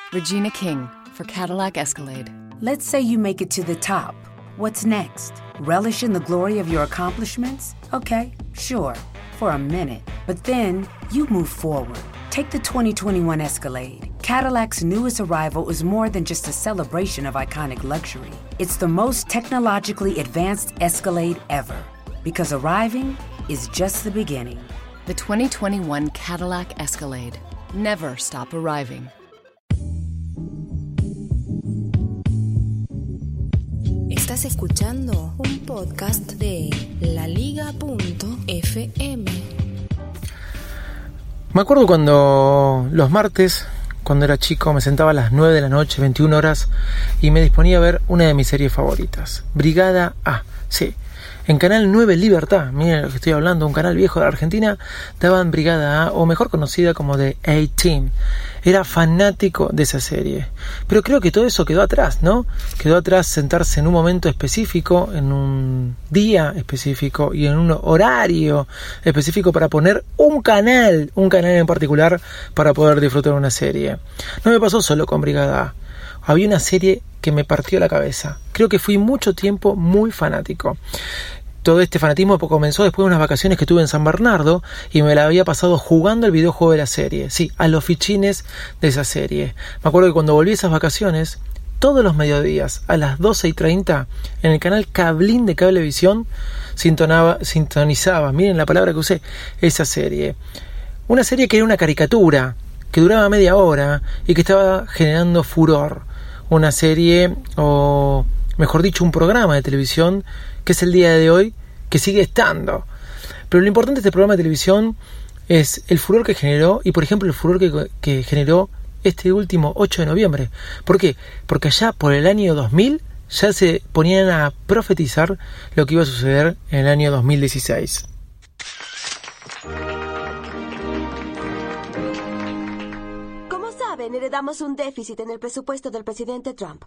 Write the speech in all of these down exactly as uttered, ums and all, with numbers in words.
Regina King for Cadillac Escalade. Let's say you make it to the top. What's next? Relish in the glory of your accomplishments? Okay, sure, for a minute. But then you move forward. Take the twenty twenty-one Escalade. Cadillac's newest arrival is more than just a celebration of iconic luxury. It's the most technologically advanced Escalade ever. Because arriving is just the beginning. The twenty twenty-one Cadillac Escalade. Never stop arriving. Estás escuchando un podcast de la liga punto efe eme. Me acuerdo cuando los martes, cuando era chico, me sentaba a las nueve de la noche, veintiuna horas, y me disponía a ver una de mis series favoritas, Brigada A. Sí, en Canal nueve Libertad, miren lo que estoy hablando, un canal viejo de Argentina, daban Brigada A, o mejor conocida como The A-Team. Era fanático de esa serie. Pero creo que todo eso quedó atrás, ¿no? Quedó atrás sentarse en un momento específico, en un día específico y en un horario específico para poner un canal, un canal en particular para poder disfrutar una serie. No me pasó solo con Brigada A. Había una serie que me partió la cabeza. Creo que fui mucho tiempo muy fanático. Todo este fanatismo comenzó después de unas vacaciones que tuve en San Bernardo y me la había pasado jugando el videojuego de la serie. Sí, a los fichines de esa serie. Me acuerdo que cuando volví a esas vacaciones, todos los mediodías a las doce y treinta, en el canal Cablín de Cablevisión, sintonaba, sintonizaba, miren la palabra que usé, esa serie. Una serie que era una caricatura, que duraba media hora y que estaba generando furor. Una serie, o mejor dicho, un programa de televisión que es el día de hoy, que sigue estando. Pero lo importante de este programa de televisión es el furor que generó y, por ejemplo, el furor que, que generó este último ocho de noviembre. ¿Por qué? Porque allá por el año dos mil ya se ponían a profetizar lo que iba a suceder en el año dos mil dieciséis. Como saben, heredamos un déficit en el presupuesto del presidente Trump.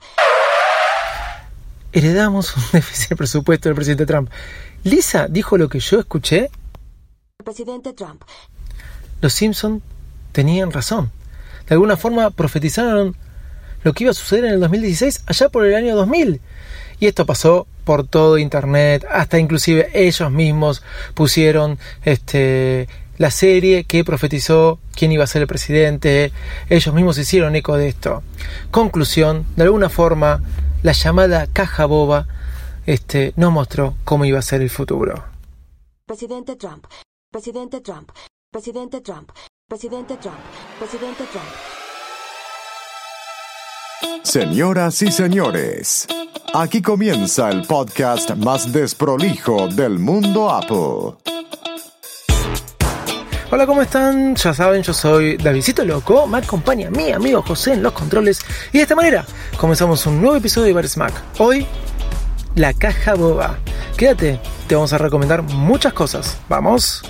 Heredamos un déficit del presupuesto del presidente Trump. Lisa dijo lo que yo escuché. El presidente Trump. Los Simpson tenían razón. De alguna forma profetizaron lo que iba a suceder en el dos mil dieciséis, allá por el año dos mil. Y esto pasó por todo internet, hasta inclusive ellos mismos pusieron este la serie que profetizó quién iba a ser el presidente. Ellos mismos hicieron eco de esto. Conclusión, de alguna forma, la llamada caja boba este, nos mostró cómo iba a ser el futuro. Presidente Trump, presidente Trump, presidente Trump, presidente Trump, presidente Trump. Señoras y señores, aquí comienza el podcast más desprolijo del mundo Apple. Hola, ¿cómo están? Ya saben, yo soy Davidcito Loco, me acompaña mi amigo José en los controles y de esta manera comenzamos un nuevo episodio de Iber Smack. Hoy, la caja boba. Quédate, te vamos a recomendar muchas cosas. ¡Vamos!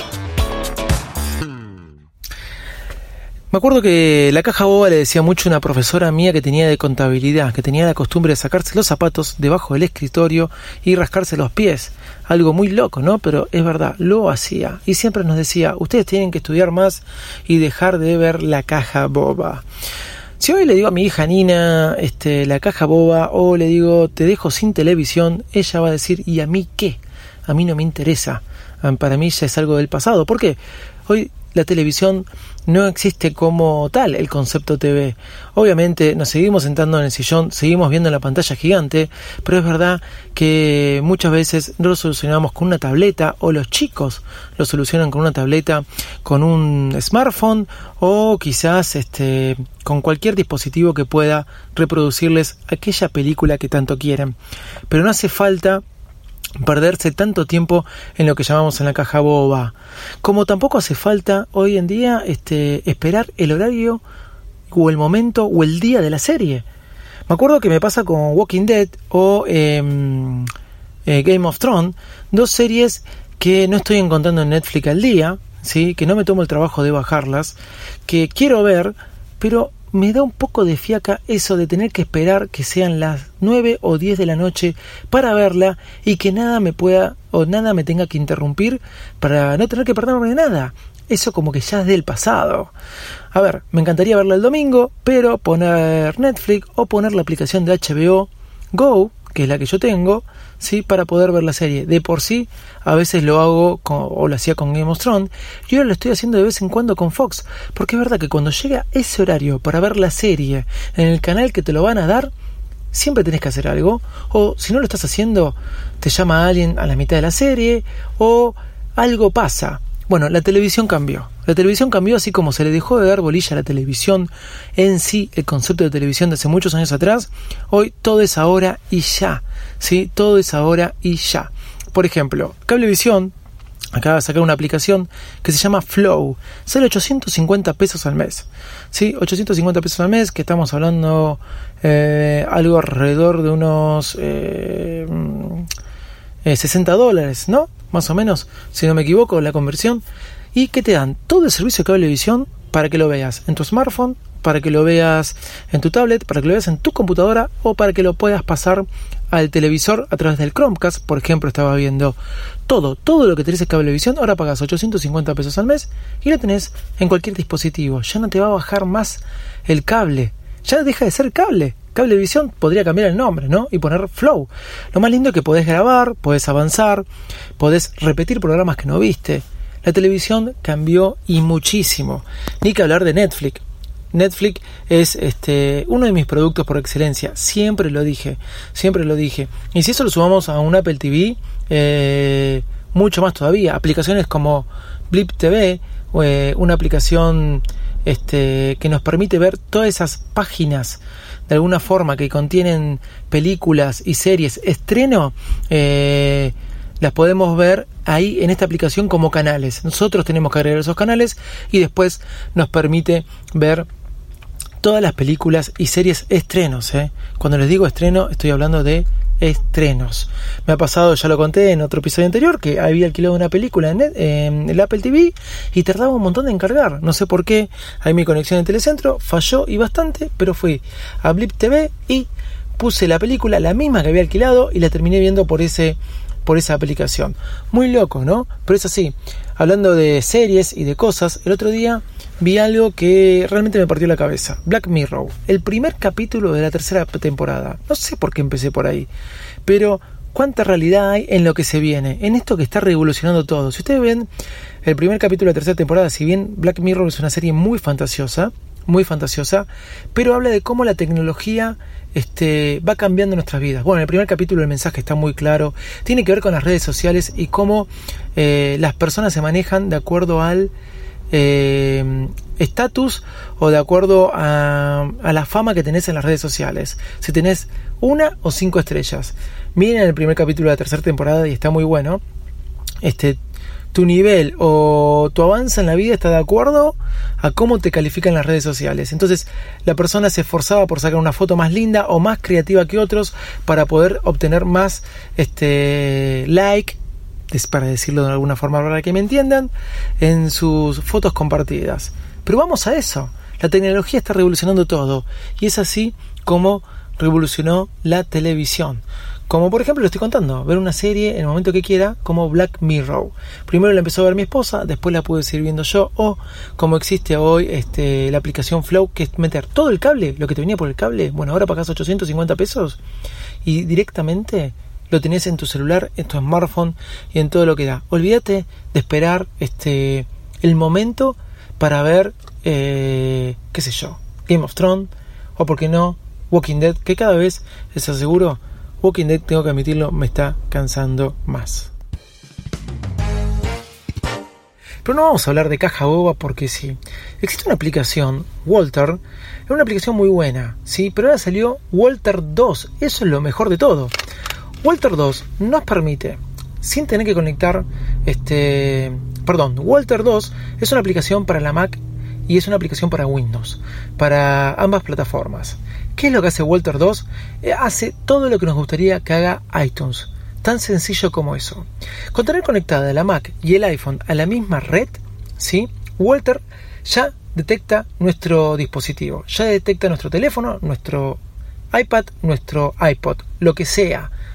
Me acuerdo que la caja boba le decía mucho a una profesora mía que tenía de contabilidad, que tenía la costumbre de sacarse los zapatos debajo del escritorio y rascarse los pies. Algo muy loco, ¿no? Pero es verdad, lo hacía. Y siempre nos decía, ustedes tienen que estudiar más y dejar de ver la caja boba. Si hoy le digo a mi hija Nina este, la caja boba, o le digo te dejo sin televisión, ella va a decir, ¿y a mí qué? A mí no me interesa. Para mí ya es algo del pasado. ¿Por qué? Hoy la televisión no existe como tal, el concepto T V. Obviamente nos seguimos sentando en el sillón, seguimos viendo en la pantalla gigante, pero es verdad que muchas veces no lo solucionamos con una tableta, o los chicos lo solucionan con una tableta, con un smartphone, o quizás este, con cualquier dispositivo que pueda reproducirles aquella película que tanto quieren. Pero no hace falta perderse tanto tiempo en lo que llamamos en la caja boba, como tampoco hace falta hoy en día este, esperar el horario o el momento o el día de la serie. Me acuerdo que me pasa con Walking Dead o eh, eh, Game of Thrones, dos series que no estoy encontrando en Netflix al día, ¿sí? Que no me tomo el trabajo de bajarlas, que quiero ver, pero me da un poco de fiaca eso de tener que esperar que sean las nueve o diez de la noche para verla y que nada me pueda o nada me tenga que interrumpir para no tener que perderme nada. eso como que ya es del pasado. A ver, me encantaría verla el domingo, pero poner Netflix o poner la aplicación de H B O Go, que es la que yo tengo, ¿sí? Para poder ver la serie. De por sí, a veces lo hago con, o lo hacía con Game of Thrones, y ahora lo estoy haciendo de vez en cuando con Fox, porque es verdad que cuando llega ese horario para ver la serie en el canal que te lo van a dar, siempre tenés que hacer algo, o si no lo estás haciendo, te llama alguien a la mitad de la serie, o algo pasa. Bueno, la televisión cambió. La televisión cambió así como se le dejó de dar bolilla a la televisión en sí, el concepto de televisión de hace muchos años atrás. Hoy todo es ahora y ya, ¿sí? Todo es ahora y ya. Por ejemplo, Cablevisión acaba de sacar una aplicación que se llama Flow. Sale ochocientos cincuenta pesos al mes. ¿Sí? ochocientos cincuenta pesos al mes, que estamos hablando eh, algo alrededor de unos eh, eh, sesenta dólares, ¿no? Más o menos, si no me equivoco, la conversión. Y que te dan todo el servicio de Cablevisión para que lo veas en tu smartphone, para que lo veas en tu tablet, para que lo veas en tu computadora o para que lo puedas pasar al televisor a través del Chromecast. Por ejemplo, estaba viendo todo, todo lo que tenés en Cablevisión. Ahora pagas ochocientos cincuenta pesos al mes y lo tenés en cualquier dispositivo. Ya no te va a bajar más el cable. Ya deja de ser cable. Cablevisión podría cambiar el nombre, ¿no? Y poner Flow. Lo más lindo es que podés grabar, podés avanzar, podés repetir programas que no viste. La televisión cambió y muchísimo. Ni que hablar de Netflix. Netflix es este uno de mis productos por excelencia. Siempre lo dije, siempre lo dije. Y si eso lo sumamos a un Apple T V, eh, mucho más todavía. Aplicaciones como Blip T V, eh, una aplicación este que nos permite ver todas esas páginas de alguna forma que contienen películas y series estreno, eh, las podemos ver ahí en esta aplicación como canales. Nosotros tenemos que agregar esos canales y después nos permite ver todas las películas y series estrenos, ¿eh? Cuando les digo estreno, estoy hablando de estrenos. Me ha pasado, ya lo conté en otro episodio anterior, que había alquilado una película en, Net, en el Apple T V y tardaba un montón en cargar. No sé por qué. Ahí mi conexión en Telecentro falló y bastante, pero fui a Blip T V y puse la película, la misma que había alquilado, y la terminé viendo por ese por esa aplicación. Muy loco, ¿no? Pero es así. Hablando de series y de cosas, el otro día vi algo que realmente me partió la cabeza. Black Mirror, el primer capítulo de la tercera temporada. No sé por qué empecé por ahí, pero cuánta realidad hay en lo que se viene, en esto que está revolucionando todo. Si ustedes ven el primer capítulo de la tercera temporada, si bien Black Mirror es una serie muy fantasiosa, muy fantasiosa, pero habla de cómo la tecnología este, va cambiando nuestras vidas. Bueno, en el primer capítulo el mensaje está muy claro, tiene que ver con las redes sociales y cómo eh, las personas se manejan de acuerdo al estatus eh, o de acuerdo a, a la fama que tenés en las redes sociales. Si tenés una o cinco estrellas. Miren el primer capítulo de la tercera temporada y está muy bueno. Este Tu nivel o tu avance en la vida está de acuerdo a cómo te califican las redes sociales. Entonces la persona se esforzaba por sacar una foto más linda o más creativa que otros para poder obtener más este like, para decirlo de alguna forma para que me entiendan, en sus fotos compartidas. Pero vamos a eso. La tecnología está revolucionando todo y es así como revolucionó la televisión. Como por ejemplo, lo estoy contando, ver una serie en el momento que quiera, como Black Mirror. Primero la empezó a ver mi esposa, después la pude seguir viendo yo, o como existe hoy este, la aplicación Flow, que es meter todo el cable, lo que te venía por el cable. Bueno, ahora pagás ochocientos cincuenta pesos y directamente lo tenés en tu celular, en tu smartphone y en todo lo que da. Olvídate de esperar este el momento para ver, eh, qué sé yo, Game of Thrones, o por qué no, Walking Dead, que cada vez, les aseguro, Walking Dead, tengo que admitirlo, me está cansando más. Pero no vamos a hablar de caja boba porque sí. Existe una aplicación, Walter, es una aplicación muy buena, ¿sí? Pero ahora salió Walter dos, eso es lo mejor de todo. Walter dos nos permite, sin tener que conectar, este, perdón, Walter dos es una aplicación para la Mac y es una aplicación para Windows, para ambas plataformas. ¿Qué es lo que hace Walter dos? Eh, hace todo lo que nos gustaría que haga iTunes. Tan sencillo como eso. Con tener conectada la Mac y el iPhone a la misma red, ¿sí? Walter ya detecta nuestro dispositivo, ya detecta nuestro teléfono, nuestro iPad, nuestro iPod, lo que sea,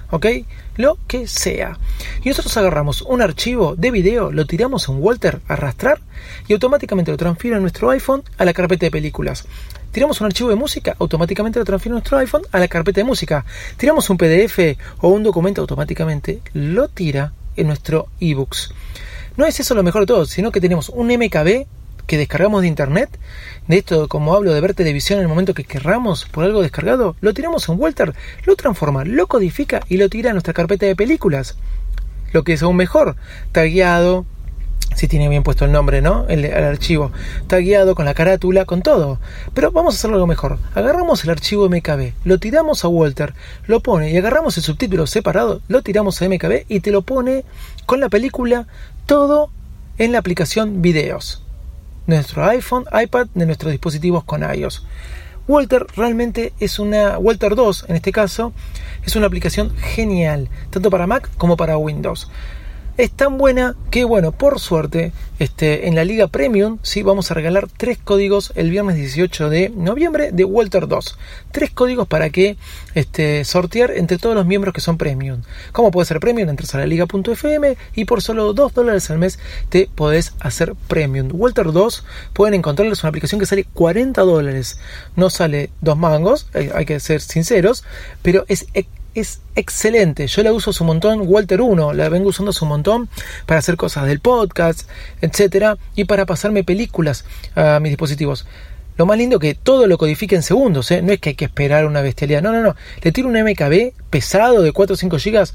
¿ok? Lo que sea. Y nosotros agarramos un archivo de video, lo tiramos en Walter a arrastrar y automáticamente lo transfiere a nuestro iPhone a la carpeta de películas. Tiramos un archivo de música, automáticamente lo transfiere a nuestro iPhone a la carpeta de música. Tiramos un P D F o un documento, automáticamente lo tira en nuestro ebooks. No es eso lo mejor de todo, sino que tenemos un M K B que descargamos de internet. De esto, como hablo de ver televisión en el momento que querramos por algo descargado, lo tiramos en Walter, lo transforma, lo codifica y lo tira a nuestra carpeta de películas. Lo que es aún mejor, tagueado, si tiene bien puesto el nombre, ¿no? El, el archivo, tagueado con la carátula, con todo. Pero vamos a hacerlo algo mejor. Agarramos el archivo M K B, lo tiramos a Walter, lo pone y agarramos el subtítulo separado, lo tiramos a M K B y te lo pone con la película todo en la aplicación Videos. Nuestro iPhone, iPad, de nuestros dispositivos con iOS. Walter realmente es una, Walter dos en este caso, es una aplicación genial, tanto para Mac como para Windows. Es tan buena que, bueno, por suerte, este, en la Liga Premium, sí, vamos a regalar tres códigos el viernes dieciocho de noviembre de Walter dos. Tres códigos para que este, sortear entre todos los miembros que son Premium. ¿Cómo puede ser Premium? Entras a la liga punto f m y por solo dos dólares al mes te podés hacer Premium. Walter dos, pueden encontrarlo, es una aplicación que sale cuarenta dólares. No sale dos mangos, hay que ser sinceros, pero es Es excelente, yo la uso hace un montón. Walter uno la vengo usando hace un montón para hacer cosas del podcast, etcétera, y para pasarme películas a mis dispositivos. Lo más lindo que todo lo codifica en segundos, ¿eh? No es que hay que esperar una bestialidad, no, no, no. Le tiro un M K B pesado de cuatro o cinco gigas.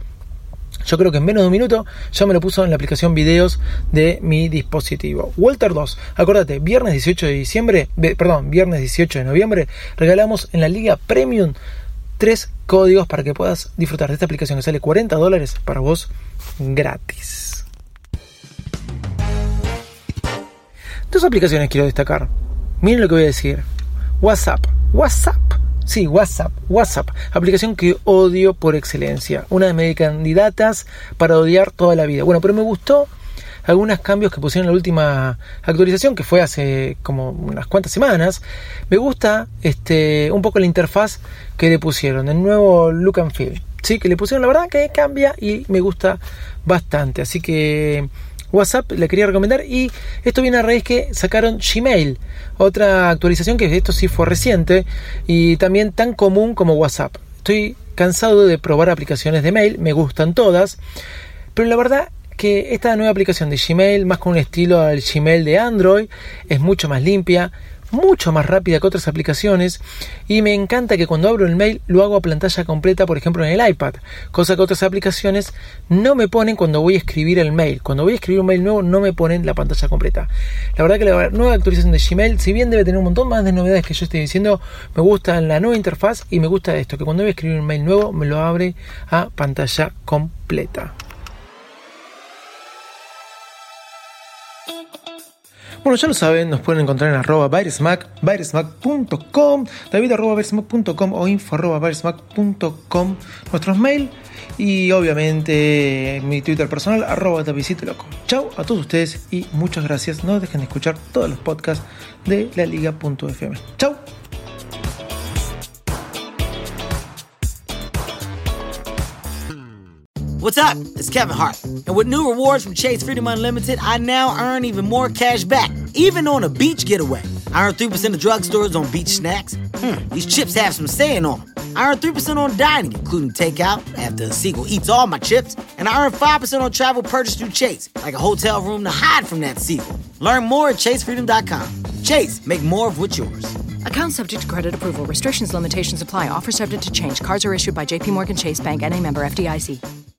Yo creo que en menos de un minuto ya me lo puso en la aplicación Videos de mi dispositivo. Walter dos, acuérdate, viernes dieciocho de diciembre, perdón, viernes dieciocho de noviembre, regalamos en la Liga Premium tres códigos para que puedas disfrutar de esta aplicación que sale cuarenta dólares para vos gratis. Dos aplicaciones quiero destacar. Miren lo que voy a decir. WhatsApp. WhatsApp. Sí, WhatsApp. WhatsApp. Aplicación que odio por excelencia. Una de mis candidatas para odiar toda la vida. Bueno, pero me gustó algunos cambios que pusieron en la última actualización, que fue hace como unas cuantas semanas. Me gusta este un poco la interfaz que le pusieron, el nuevo look and feel, sí, que le pusieron, la verdad que cambia y me gusta bastante. Así que WhatsApp le quería recomendar, y esto viene a raíz que sacaron Gmail, otra actualización que esto sí fue reciente y también tan común como WhatsApp. Estoy cansado de probar aplicaciones de mail, me gustan todas, pero la verdad que esta nueva aplicación de Gmail, más con un estilo al Gmail de Android, es mucho más limpia, mucho más rápida que otras aplicaciones, y me encanta que cuando abro el mail lo hago a pantalla completa, por ejemplo en el iPad, cosa que otras aplicaciones no me ponen cuando voy a escribir el mail. Cuando voy a escribir un mail nuevo no me ponen la pantalla completa. La verdad que la nueva actualización de Gmail, si bien debe tener un montón más de novedades que yo estoy diciendo, me gusta la nueva interfaz y me gusta esto, que cuando voy a escribir un mail nuevo me lo abre a pantalla completa. Bueno, ya lo saben, nos pueden encontrar en arroba virusmac, virusmac punto com, david arroba virusmac punto com o info arroba virusmac punto com, nuestros mail, y obviamente mi Twitter personal, arroba Davidcito Loco. Chau a todos ustedes y muchas gracias. No dejen de escuchar todos los podcasts de la liga punto f m. Chau. What's up? It's Kevin Hart. And with new rewards from Chase Freedom Unlimited, I now earn even more cash back, even on a beach getaway. I earn three percent of drugstores on beach snacks. Hmm, these chips have some saying on them. I earn three percent on dining, including takeout, after a seagull eats all my chips. And I earn five percent on travel purchased through Chase, like a hotel room to hide from that seagull. Learn more at chase freedom dot com. Chase, make more of what's yours. Account subject to credit approval. Restrictions, limitations apply. Offer subject to change. Cards are issued by J P Morgan Chase Bank, N A member F D I C.